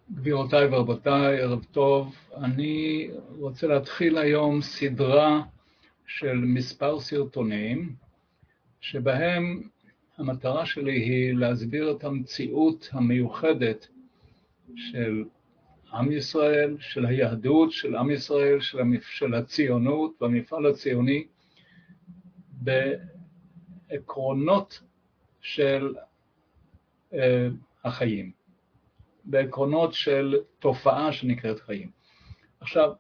גבירותיי ורבותיי, ערב טוב. אני רוצה להתחיל היום סדרה של מספר סרטונים, שבהם המטרה שלי היא להסביר את המציאות המיוחדת של עם ישראל, של היהדות, של עם ישראל, של הציונות והמפעל הציוני, בעקרונות של החיים. בעקרונות של תופעה שנקראת חיים. עכשיו,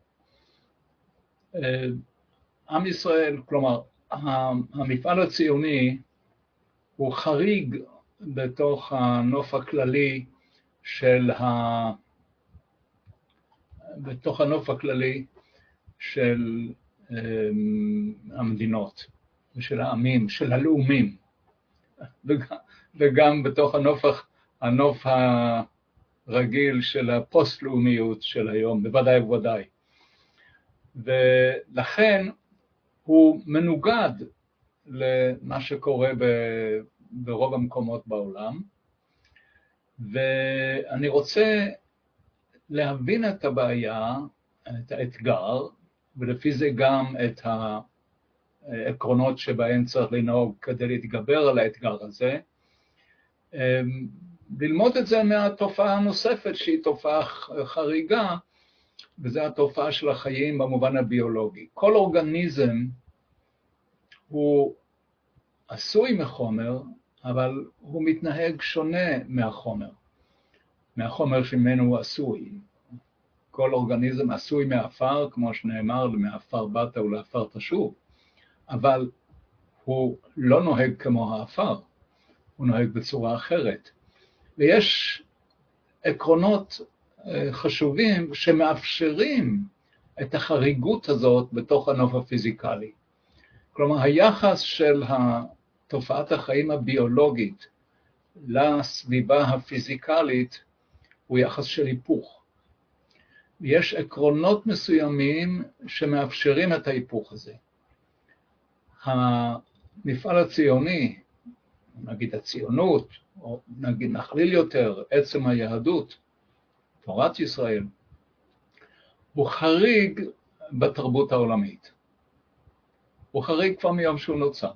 עם ישראל, כלומר, המפעל הציוני הוא חריג בתוך הנוף הכללי בתוך הנוף הכללי של המדינות ושל העמים, של הלאומים, וגם בתוך הנוף רגיל של הפוסט-לאומיות של היום, בוודאי ובוודאי. ולכן הוא מנוגד למה שקורה ברוב המקומות בעולם, ואני רוצה להבין את הבעיה, את האתגר, ולפי זה גם את העקרונות שבהם צריך לנהוג כדי להתגבר על האתגר הזה, ללמוד את זה מהתופעה הנוספת שהיא תופעה חריגה, וזה התופעה של החיים במובן הביולוגי. כל אורגניזם הוא עשוי מחומר, אבל הוא מתנהג שונה מהחומר שממנו הוא עשוי. כל אורגניזם עשוי מעפר, כמו שנאמר, מעפר באת ולעפר תשוב, אבל הוא לא נוהג כמו העפר, הוא נוהג בצורה אחרת. ויש עקרונות חשובים שמאפשרים את החריגות הזאת בתוך הנוף הפיזיקלי. כלומר, היחס של תופעת החיים הביולוגית לסביבה הפיזיקלית הוא יחס של היפוך. יש עקרונות מסוימים שמאפשרים את ההיפוך הזה. המפעל הציוני, נגיד הציונות, או נגיד נכליל יותר, עצם היהדות, תורת ישראל, הוא חריג בתרבות העולמית. הוא חריג כבר מיום שהוא נוצר.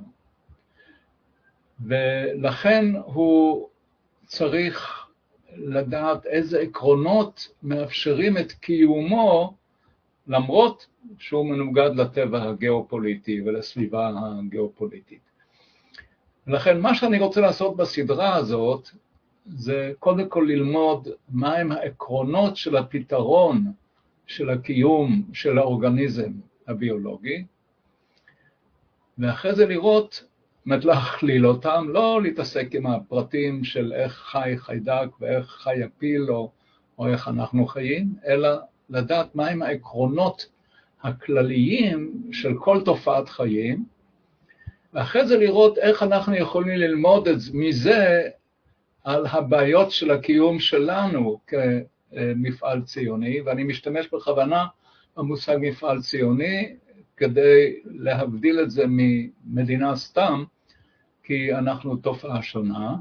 ולכן הוא צריך לדעת איזה עקרונות מאפשרים את קיומו, למרות שהוא מנוגד לטבע הגיאופוליטי ולסביבה הגיאופוליטית. ולכן מה שאני רוצה לעשות בסדרה הזאת, זה קודם כל ללמוד מהם העקרונות של הפתרון של הקיום של האורגניזם הביולוגי, ואחרי זה לראות, להכליל אותם, לא להתעסק עם הפרטים של איך חי חיידק ואיך חי הפיל או איך אנחנו חיים, אלא לדעת מהם העקרונות הכלליים של כל תופעת חיים, ואחרי זה לראות איך אנחנו יכולים ללמוד מזה על הבעיות של הקיום שלנו כמפעל ציוני, ואני משתמש בכוונה במושג מפעל ציוני, כדי להבדיל את זה ממדינה סתם, כי אנחנו תופעה שונה,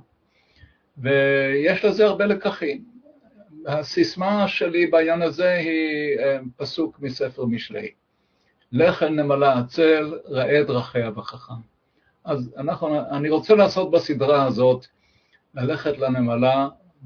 ויש לזה הרבה לקחים. הסיסמה שלי בעניין הזה היא פסוק מספר משלי. לך אל נמלה עצל, ראה דרכיה וחכם. אז אני רוצה לעשות בסדרה הזאת, ללכת לנמלה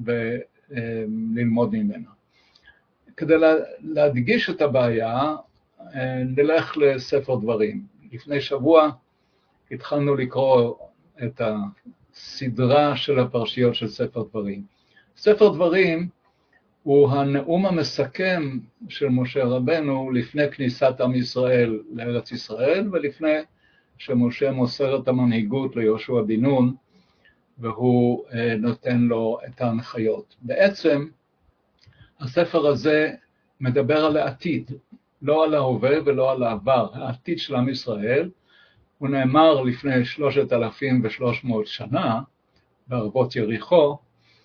וללמוד ממנה. כדי להדגיש את הבעיה, נלך לספר דברים. לפני שבוע התחלנו לקרוא את הסדרה של הפרשיות של ספר דברים. ספר דברים הוא הנאום המסכם של משה רבנו לפני כניסת עם ישראל לארץ ישראל, ולפני שמשה מוסר את המנהיגות ליהושע בן נון, והוא נותן לו את ההנחיות. בעצם הספר הזה מדבר על העתיד, לא על ההווה ולא על העבר. העתיד של עם ישראל הוא נאמר לפני 3,300 שנה בערבות יריחו,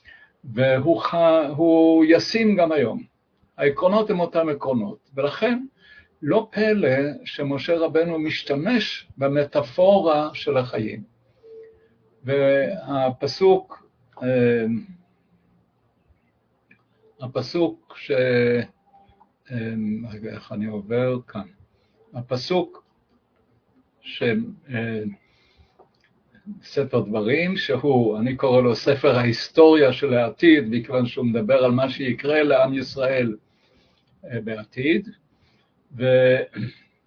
והוא ישים גם היום. העקרונות הם אותם עקרונות, ולכן לא פלא שמשה רבנו משתמש במטאפורה של החיים. והפסוק הפסוק רגע, איך אני עובר כאן? הפסוק ספר דברים, אני קורא לו ספר ההיסטוריה של העתיד, מכיוון שהוא מדבר על מה שיקרה לעם ישראל בעתיד, והוא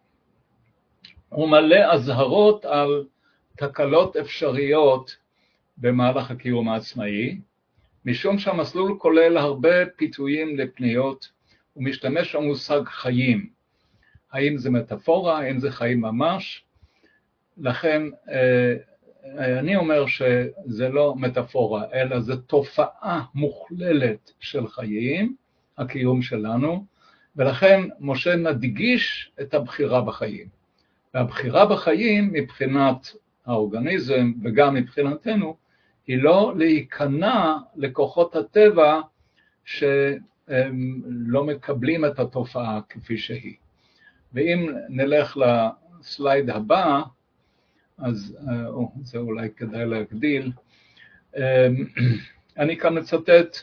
מלא אזהרות על תקלות אפשריות במהלך הקיום העצמאי, משום שהמסלול כולל הרבה פיתויים לפניות, הוא משתמש במושג חיים. האם זה מטאפורה, האם זה חיים ממש? לכן אני אומר שזה לא מטאפורה, אלא זה תופעה מוכללת של חיים, הקיום שלנו, ולכן משה מדגיש את הבחירה בחיים. והבחירה בחיים מבחינת האורגניזם וגם מבחינתנו, היא לא להיכנע לכוחות הטבע שלא מקבלים את התופעה כפי שהיא. ואם נלך לסלייד הבא, אז זה אולי כדאי להגדיל. אני כאן מצטט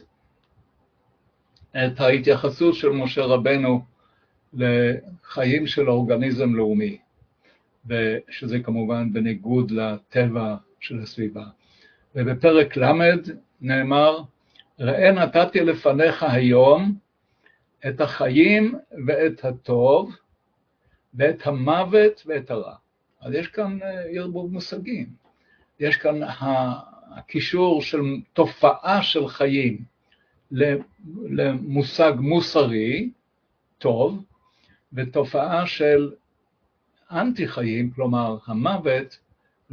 את ההתייחסות של משה רבנו לחיים של אורגניזם לאומי, שזה כמובן בניגוד לטבע של הסביבה. ובפרק למד נאמר, ראה נתתי לפניך היום את החיים ואת הטוב, ואת המוות ואת הרע. אז יש כאן ערבוב מושגים. יש כאן הקישור של תופעה של חיים למושג מוסרי, טוב, ותופעה של אנטי חיים, כלומר המוות,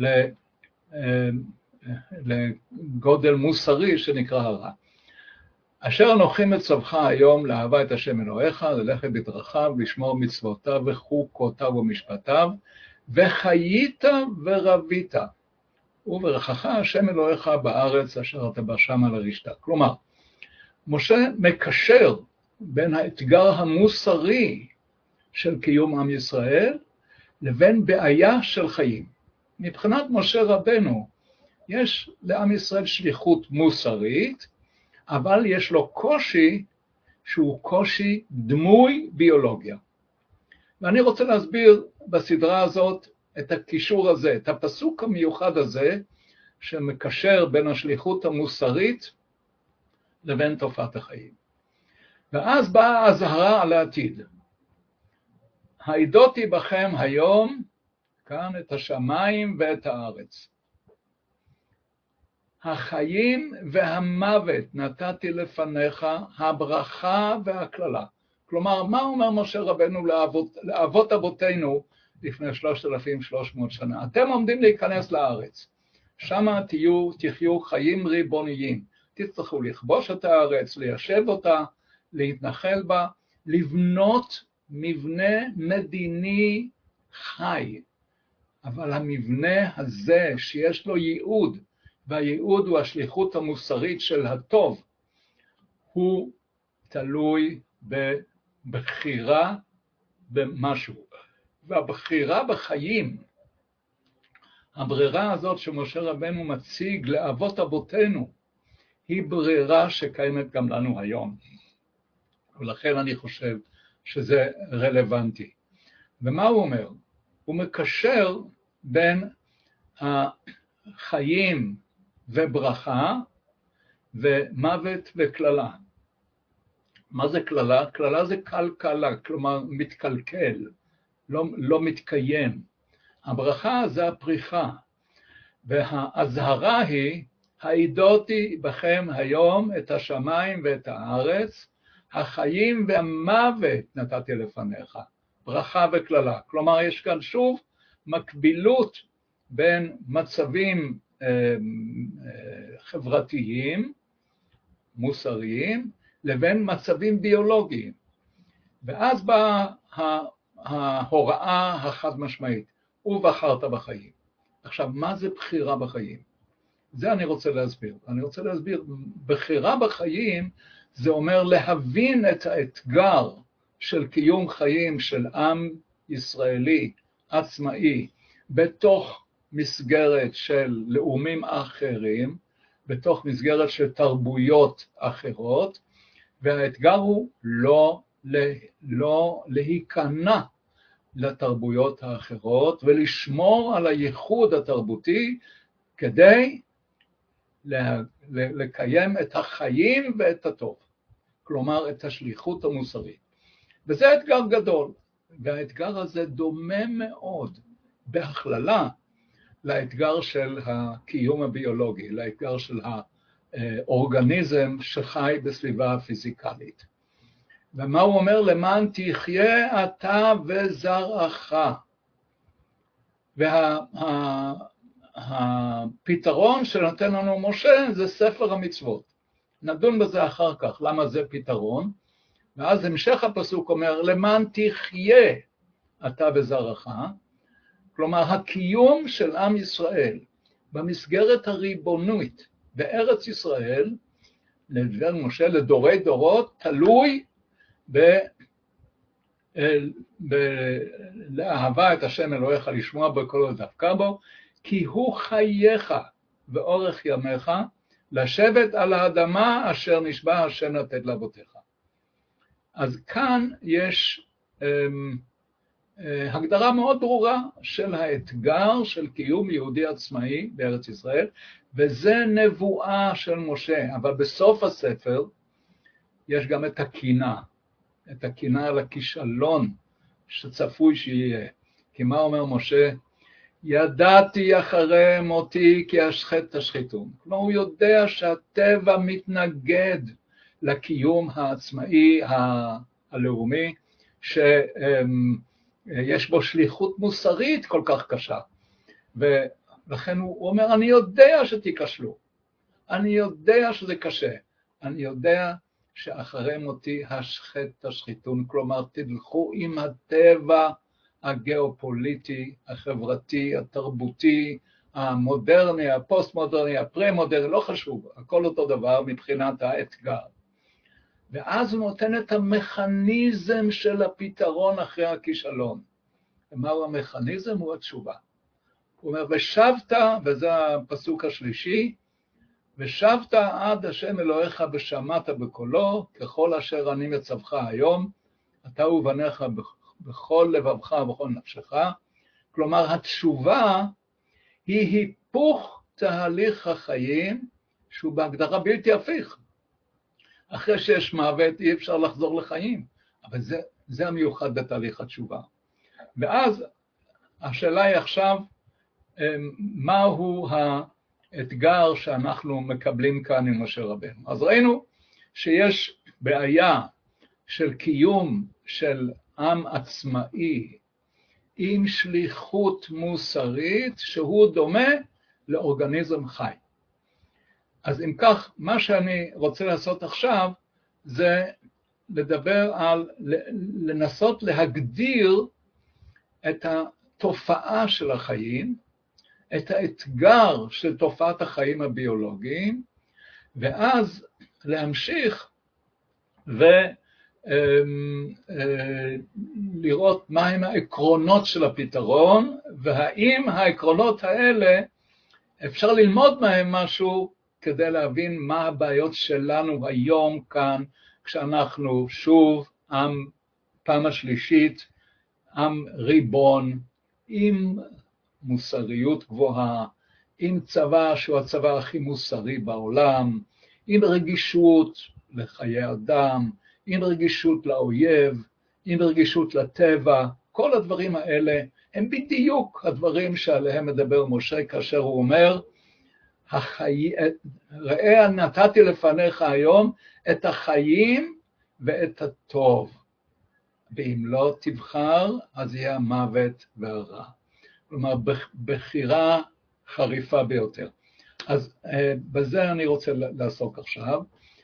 לגודל מוסרי שנקרא הרע. אשר אנוכי מצווך היום לאהבה את השם אלוהיך, ללכת בדרכיו, לשמור מצוותיו וחוקותיו ומשפטיו, וחיית ורבית, וברכך השם אלוהיך בארץ אשר אתה בא שמה לרשתה. כלומר, משה מקשר בין האתגר המוסרי של קיום עם ישראל, לבין בעיה של חיים. מבחינת משה רבנו, יש לעם ישראל שליחות מוסרית, אבל יש לו קושי שהוא קושי דמוי ביולוגיה. ואני רוצה להסביר בסדרה הזאת את הקישור הזה, את הפסוק המיוחד הזה, שמקשר בין השליחות המוסרית לבין תופעת החיים. ואז באה הזהרה על העתיד. העידותי בכם היום, כאן את השמיים ואת הארץ. החיים והמוות נתתי לפניך, הברכה והקללה. כלומר, מה אומר משה רבנו לאבות אבותינו לפני 3,300 שנה? אתם עומדים להיכנס לארץ. שמה תחיו חיים ריבוניים. תצטרכו לכבוש את הארץ, ליישב אותה, להתנחל בה, לבנות מבנה מדיני חי. אבל המבנה הזה שיש לו ייעוד, והייעוד הוא השליחות המוסרית של הטוב, הוא תלוי בבחירה במשהו. והבחירה בחיים, הברירה הזאת שמשה רבנו מציג לאבות אבותינו, היא ברירה שקיימת גם לנו היום. ולכן אני חושב שזה רלוונטי. ומה הוא אומר? הוא מקשר בין החיים וברכה ומוות וכללה. מה זה כללה? כללה זה כלכלה, כלומר מתקלקל, לא מתקיים. הברכה זה הפריחה, וההזהרה היא, העידותי בכם היום את השמיים ואת הארץ, החיים והמוות נתתי לפניך, ברכה וכללה. כלומר, יש כאן שוב מקבילות בין מצבים חברתיים, מוסריים, לבין מצבים ביולוגיים. ואז באה ההוראה החד משמעית, ובחרת בחיים. עכשיו, מה זה בחירה בחיים? זה אני רוצה להסביר. אני רוצה להסביר, בחירה בחיים זה אומר להבין את האתגר של קיום חיים של עם ישראלי עצמאי, בתוך מסגרת של לאומים אחרים, בתוך מסגרת של תרבויות אחרות, והאתגר הוא לא להיכנע לתרבויות האחרות ולשמור על הייחוד התרבותי כדי לקיים את החיים ואת הטוב, כלומר את השליחות המוסרית. וזה אתגר גדול, והאתגר הזה דומה מאוד בהכללה לאתגר של הקיום הביולוגי, לאתגר של האורגניזם שחי בסביבה פיזיקלית. ומה הוא אומר? למען תחיה אתה וזרעך. והפתרון שנותן לנו משה זה ספר המצוות. נדון בזה אחר כך, למה זה פתרון. ואז המשך הפסוק אומר, למען תחיה אתה וזרעך. כלומר, הקיום של עם ישראל במסגרת הריבונית בארץ ישראל, לדבר משה לדורי דורות, תלוי לאהבה את השם אלוהיך, לשמוע בקולו ודבקה בו, כי הוא חייך ואורך ימיך, לשבת על האדמה אשר נשבע השם לתת לאבותיך. אז כאן יש הגדרה מאוד ברורה של האתגר של קיום יהודי עצמאי בארץ ישראל, וזה נבואה של משה, אבל בסוף הספר יש גם את הקינה על הכישלון שצפוי שיהיה. כי מה אומר משה? ידעתי אחרי מותי כי אשחט תשחיתון. כלומר הוא יודע שהטבע מתנגד לקיום העצמאי הלאומי, שיש בו שליחות מוסרית כל כך קשה. ולכן הוא אומר, אני יודע שתיכשלו, אני יודע שזה קשה, אני יודע שאחרי מותי השחט תשחיתון, כלומר תלכו עם הטבע הגיאופוליטי, החברתי, התרבותי, המודרני, הפוסט-מודרני, הפרה-מודרני, לא חשוב, הכל אותו דבר מבחינת האתגר. ואז הוא נותן את המכניזם של הפתרון אחרי הכישלון. ומהו המכניזם? הוא התשובה. הוא אומר, ושבת, וזה הפסוק השלישי, ושבת עד השם אלוהיך ושמעת בקולו, ככל אשר אני מצווך היום, אתה ובניך בכל לבבך ובכל נפשך. כלומר, התשובה היא היפוך תהליך החיים, שהוא בהגדרה בלתי הפיך. אחרי שיש מוות אי אפשר לחזור לחיים, אבל זה המיוחד בתהליך התשובה. ואז השאלה היא עכשיו, מהו האתגר שאנחנו מקבלים כאן עם משה רבנו? אז ראינו שיש בעיה של קיום של עם עצמאי עם שליחות מוסרית שהוא דומה לאורגניזם חי. אז אם כך, מה שאני רוצה לעשות עכשיו זה לדבר על, לנסות להגדיר את התופעה של החיים, את האתגר של תופעת החיים הביולוגיים, ואז להמשיך ולראות מהם העקרונות של הפתרון, והאם העקרונות האלה אפשר ללמוד מהם משהו כדי להבין מה הבעיות שלנו היום כאן, כשאנחנו שוב עם פעם השלישית, עם ריבון, עם מוסריות גבוהה, עם צבא שהוא הצבא הכי מוסרי בעולם, עם רגישות לחיי אדם, עם רגישות לאויב, עם רגישות לטבע. כל הדברים האלה הם בדיוק הדברים שעליהם מדבר משה כאשר הוא אומר, ראה נתתי לפניך היום את החיים ואת הטוב, ואם לא תבחר אז יהיה המוות והרע. כלומר בחירה חריפה ביותר. אז בזה אני רוצה לעסוק עכשיו,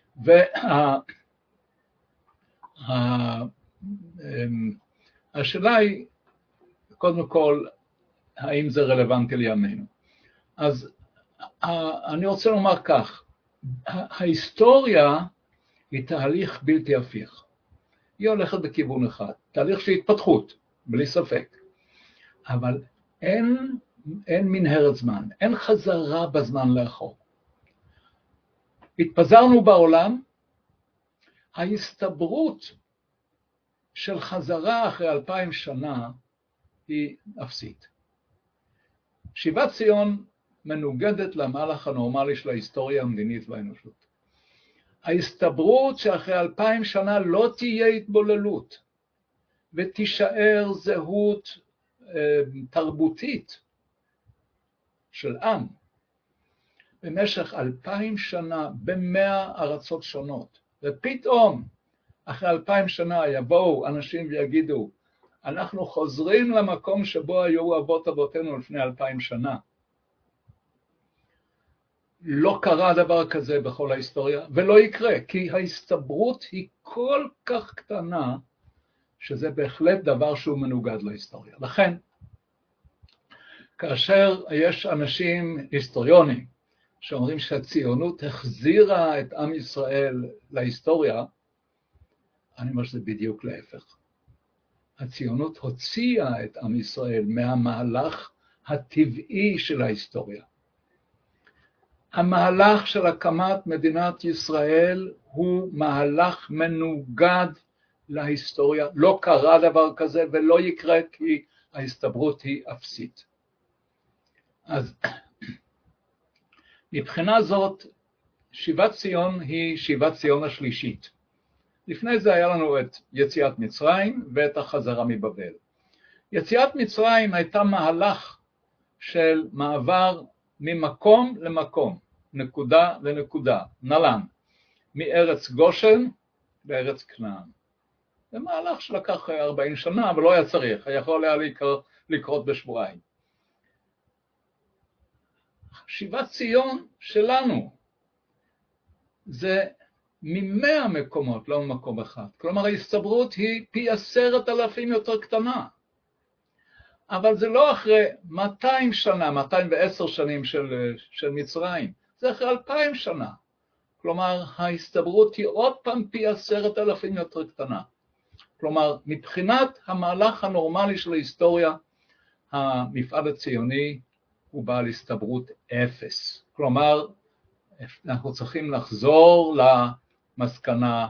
והשאלה היא קודם כל האם זה רלוונטי לימינו. אז אני רוצה לומר כך, ההיסטוריה היא תהליך בלתי הפיך. היא הולכת בכיוון אחד, תהליך של התפתחות, בלי ספק. אבל אין מנהרת זמן, אין חזרה בזמן לאחור. התפזרנו בעולם, ההסתברות של חזרה אחרי 2000 שנה היא אפסית. שיבת ציון מנוגדת למהלך הנורמלי של ההיסטוריה המדינית והאנושות. ההסתברות שאחרי 2000 שנה לא תהיה התבוללות ותישאר זהות תרבותית של עם במשך 2000 שנה ב100 ארצות שונות, ופתאום אחרי 2000 שנה יבואו אנשים ויגידו, אנחנו חוזרים למקום שבו היו אבות אבותינו לפני 2000 שנה. לא קרה דבר כזה בכל ההיסטוריה, ולא יקרה, כי ההסתברות היא כל כך קטנה, שזה בהחלט דבר שהוא מנוגד להיסטוריה. לכן, כאשר יש אנשים היסטוריונים, שאומרים שהציונות החזירה את עם ישראל להיסטוריה, אני אומר שזה בדיוק להפך. הציונות הוציאה את עם ישראל מהמהלך הטבעי של ההיסטוריה. המהלך של הקמת מדינת ישראל הוא מהלך מנוגד להיסטוריה. לא קרה דבר כזה ולא יקרה כי ההסתברות היא אפסית. אז מבחינה זאת, שיבת ציון היא שיבת ציון השלישית. לפני זה היה לנו את יציאת מצרים ואת החזרה מבבל. יציאת מצרים הייתה מהלך של מעבר ממקום למקום, נקודה לנקודה, נלן, מארץ גושן לארץ כנען. זה מהלך שלקח 40 שנה, אבל לא היה צריך, יכול היה לקרות בשבועיים. שיבת ציון שלנו זה מ100 מקומות, לא ממקום אחד. כלומר, ההסתברות היא פי 10,000 יותר קטנה. אבל זה לא אחרי 200 שנה, 210 שנים של מצרים, זה אחרי 2000 שנה. כלומר, ההסתברות היא עוד פעם פי 10,000 יותר קטנה. כלומר, מבחינת המהלך הנורמלי של ההיסטוריה, המפעל הציוני הוא בעל הסתברות 0. כלומר, אנחנו צריכים לחזור למסקנה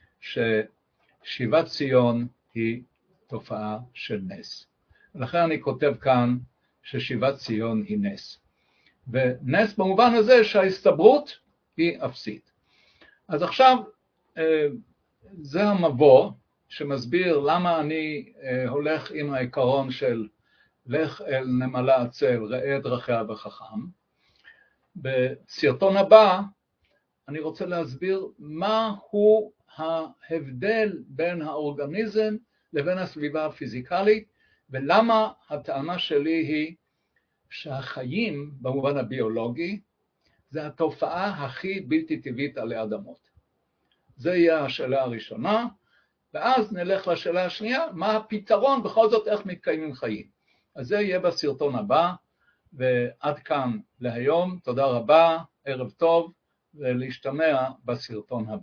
ששיבת ציון היא תופעה של נס. ולכן אני כותב כאן ששיבת ציון היא נס. ונס במובן הזה שההסתברות היא אפסית. אז עכשיו זה המבוא שמסביר למה אני הולך עם העיקרון של לך אל נמלה עצל, ראה דרכיה וחכם. בסרטון הבא אני רוצה להסביר מהו ההבדל בין האורגניזם לבין הסביבה הפיזיקלית, ולמה הטענה שלי היא שהחיים במובן הביולוגי זה התופעה הכי בלתי טבעית עלי אדמות. זה יהיה השאלה הראשונה, ואז נלך לשאלה השנייה, מה הפתרון בכל זאת איך מתקיימים חיים. אז זה יהיה בסרטון הבא, ועד כאן להיום, תודה רבה, ערב טוב, ולהשתמע בסרטון הבא.